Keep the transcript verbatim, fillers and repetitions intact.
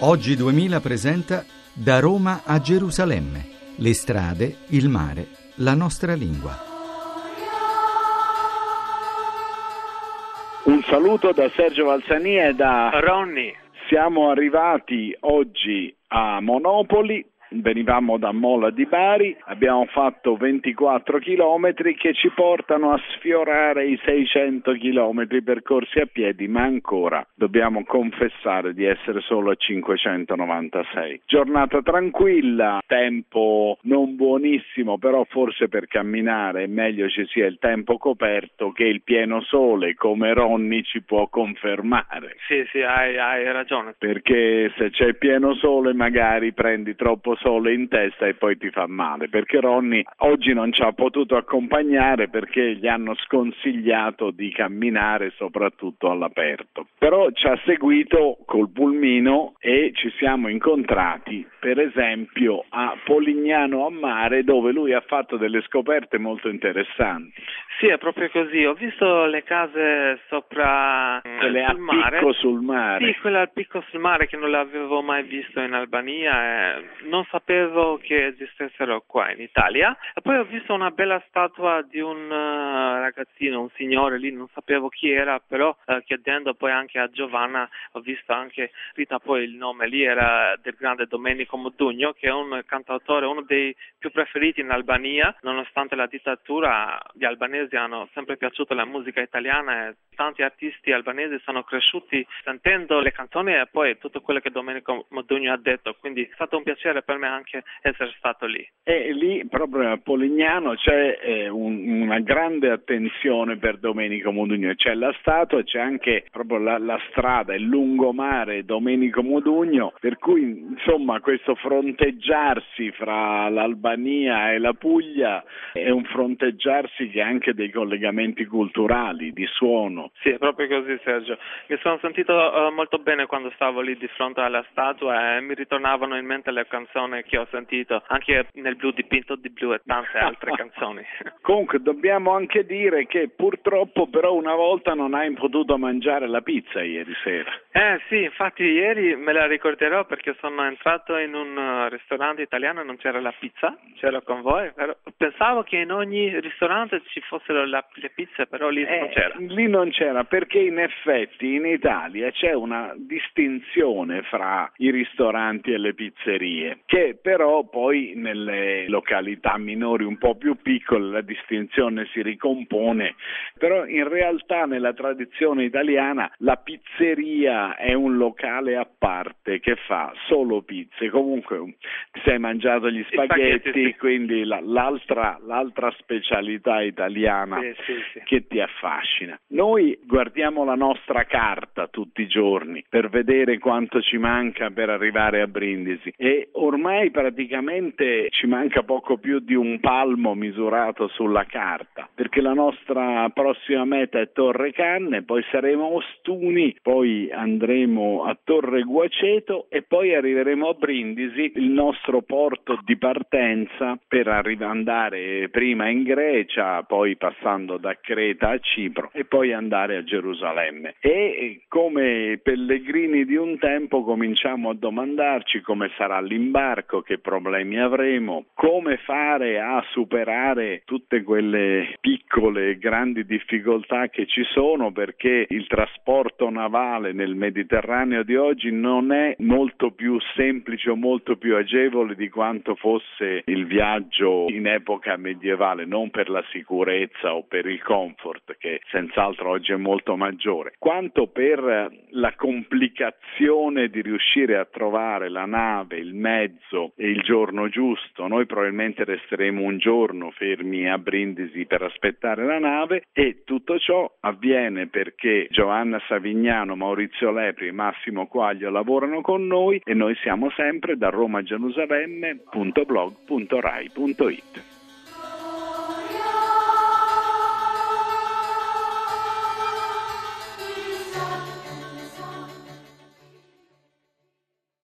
Oggi duemila presenta Da Roma a Gerusalemme. Le strade, il mare, la nostra lingua. Un saluto da Sergio Valsania e da Ronny. Siamo arrivati oggi a Monopoli. Venivamo da Mola di Bari, abbiamo fatto ventiquattro chilometri che ci portano a sfiorare i seicento chilometri percorsi a piedi, ma ancora dobbiamo confessare di essere solo a cinquecentonovantasei. Giornata tranquilla, tempo non buonissimo, però forse per camminare è meglio ci sia il tempo coperto che il pieno sole, come Ronny ci può confermare. Sì, sì, hai, hai ragione. Perché se c'è pieno sole magari prendi troppo sole in testa e poi ti fa male, perché Ronny oggi non ci ha potuto accompagnare perché gli hanno sconsigliato di camminare soprattutto all'aperto, però ci ha seguito col pulmino e ci siamo incontrati per esempio a Polignano a Mare, dove lui ha fatto delle scoperte molto interessanti. Sì, è proprio così, ho visto le case sopra quelle sul a mare. picco sul mare. Sì, quelle al picco sul mare che non le avevo mai visto in Albania e non sapevo che esistessero qua in Italia. E poi ho visto una bella statua di un uh, ragazzino, un signore lì, non sapevo chi era, però uh, chiedendo poi anche a Giovanna ho visto anche Rita, poi il nome lì era del grande Domenico Modugno, che è un cantautore, uno dei più preferiti in Albania, nonostante la dittatura. Gli albanesi hanno sempre piaciuto la musica italiana e tanti artisti albanesi sono cresciuti sentendo le canzoni e poi tutto quello che Domenico Modugno ha detto, quindi è stato un piacere per me anche essere stato lì. E lì proprio a Polignano c'è eh, un, una grande attenzione per Domenico Modugno, c'è la statua, c'è anche proprio la, la strada, il lungomare Domenico Modugno, per cui insomma questo fronteggiarsi fra l'Albania e la Puglia è un fronteggiarsi che ha anche dei collegamenti culturali, di suono. Sì, è proprio così Sergio, mi sono sentito uh, molto bene quando stavo lì di fronte alla statua e mi ritornavano in mente le canzoni che ho sentito anche nel Blu dipinto di blu e tante altre canzoni. Comunque dobbiamo anche dire che purtroppo però una volta non hai potuto mangiare la pizza ieri sera. Eh sì, infatti ieri me la ricorderò perché sono entrato in un uh, ristorante italiano e non c'era la pizza, c'ero con voi, però pensavo che in ogni ristorante ci fossero la, le pizze, però lì eh, non c'era. Lì non c'era perché in effetti in Italia c'è una distinzione fra i ristoranti e le pizzerie, che però poi nelle località minori un po' più piccole la distinzione si ricompone, però in realtà nella tradizione italiana la pizzeria è un locale a parte che fa solo pizze. Comunque ti sei mangiato gli spaghetti, spaghetti sì. Quindi la, l'altra, l'altra specialità italiana sì, sì, sì. che ti affascina. Noi guardiamo la nostra carta tutti i giorni per vedere quanto ci manca per arrivare a Brindisi e ormai praticamente ci manca poco più di un palmo misurato sulla carta, perché la nostra prossima meta è Torre Canne, poi saremo a Ostuni, poi andremo a Torre Guaceto e poi arriveremo a Brindisi, il nostro porto di partenza per arrivare andare prima in Grecia, poi passando da Creta a Cipro e poi andare a Gerusalemme. E come pellegrini di un tempo cominciamo a domandarci come sarà l'imbarco, che problemi avremo, come fare a superare tutte quelle piccole e grandi difficoltà che ci sono, perché il trasporto navale nel Mediterraneo di oggi non è molto più semplice o molto più agevole di quanto fosse il viaggio in epoca medievale, non per la sicurezza o per il comfort, che senz'altro oggi è molto maggiore, quanto per la complicazione di riuscire a trovare la nave, il mezzo e il giorno giusto. Noi probabilmente resteremo un giorno fermi a Brindisi per aspettare la nave e tutto ciò avviene perché Giovanna Savignano, Maurizio Lepri e Massimo Quaglio lavorano con noi e noi siamo sempre da roma gerusalemme punto blog punto rai punto it.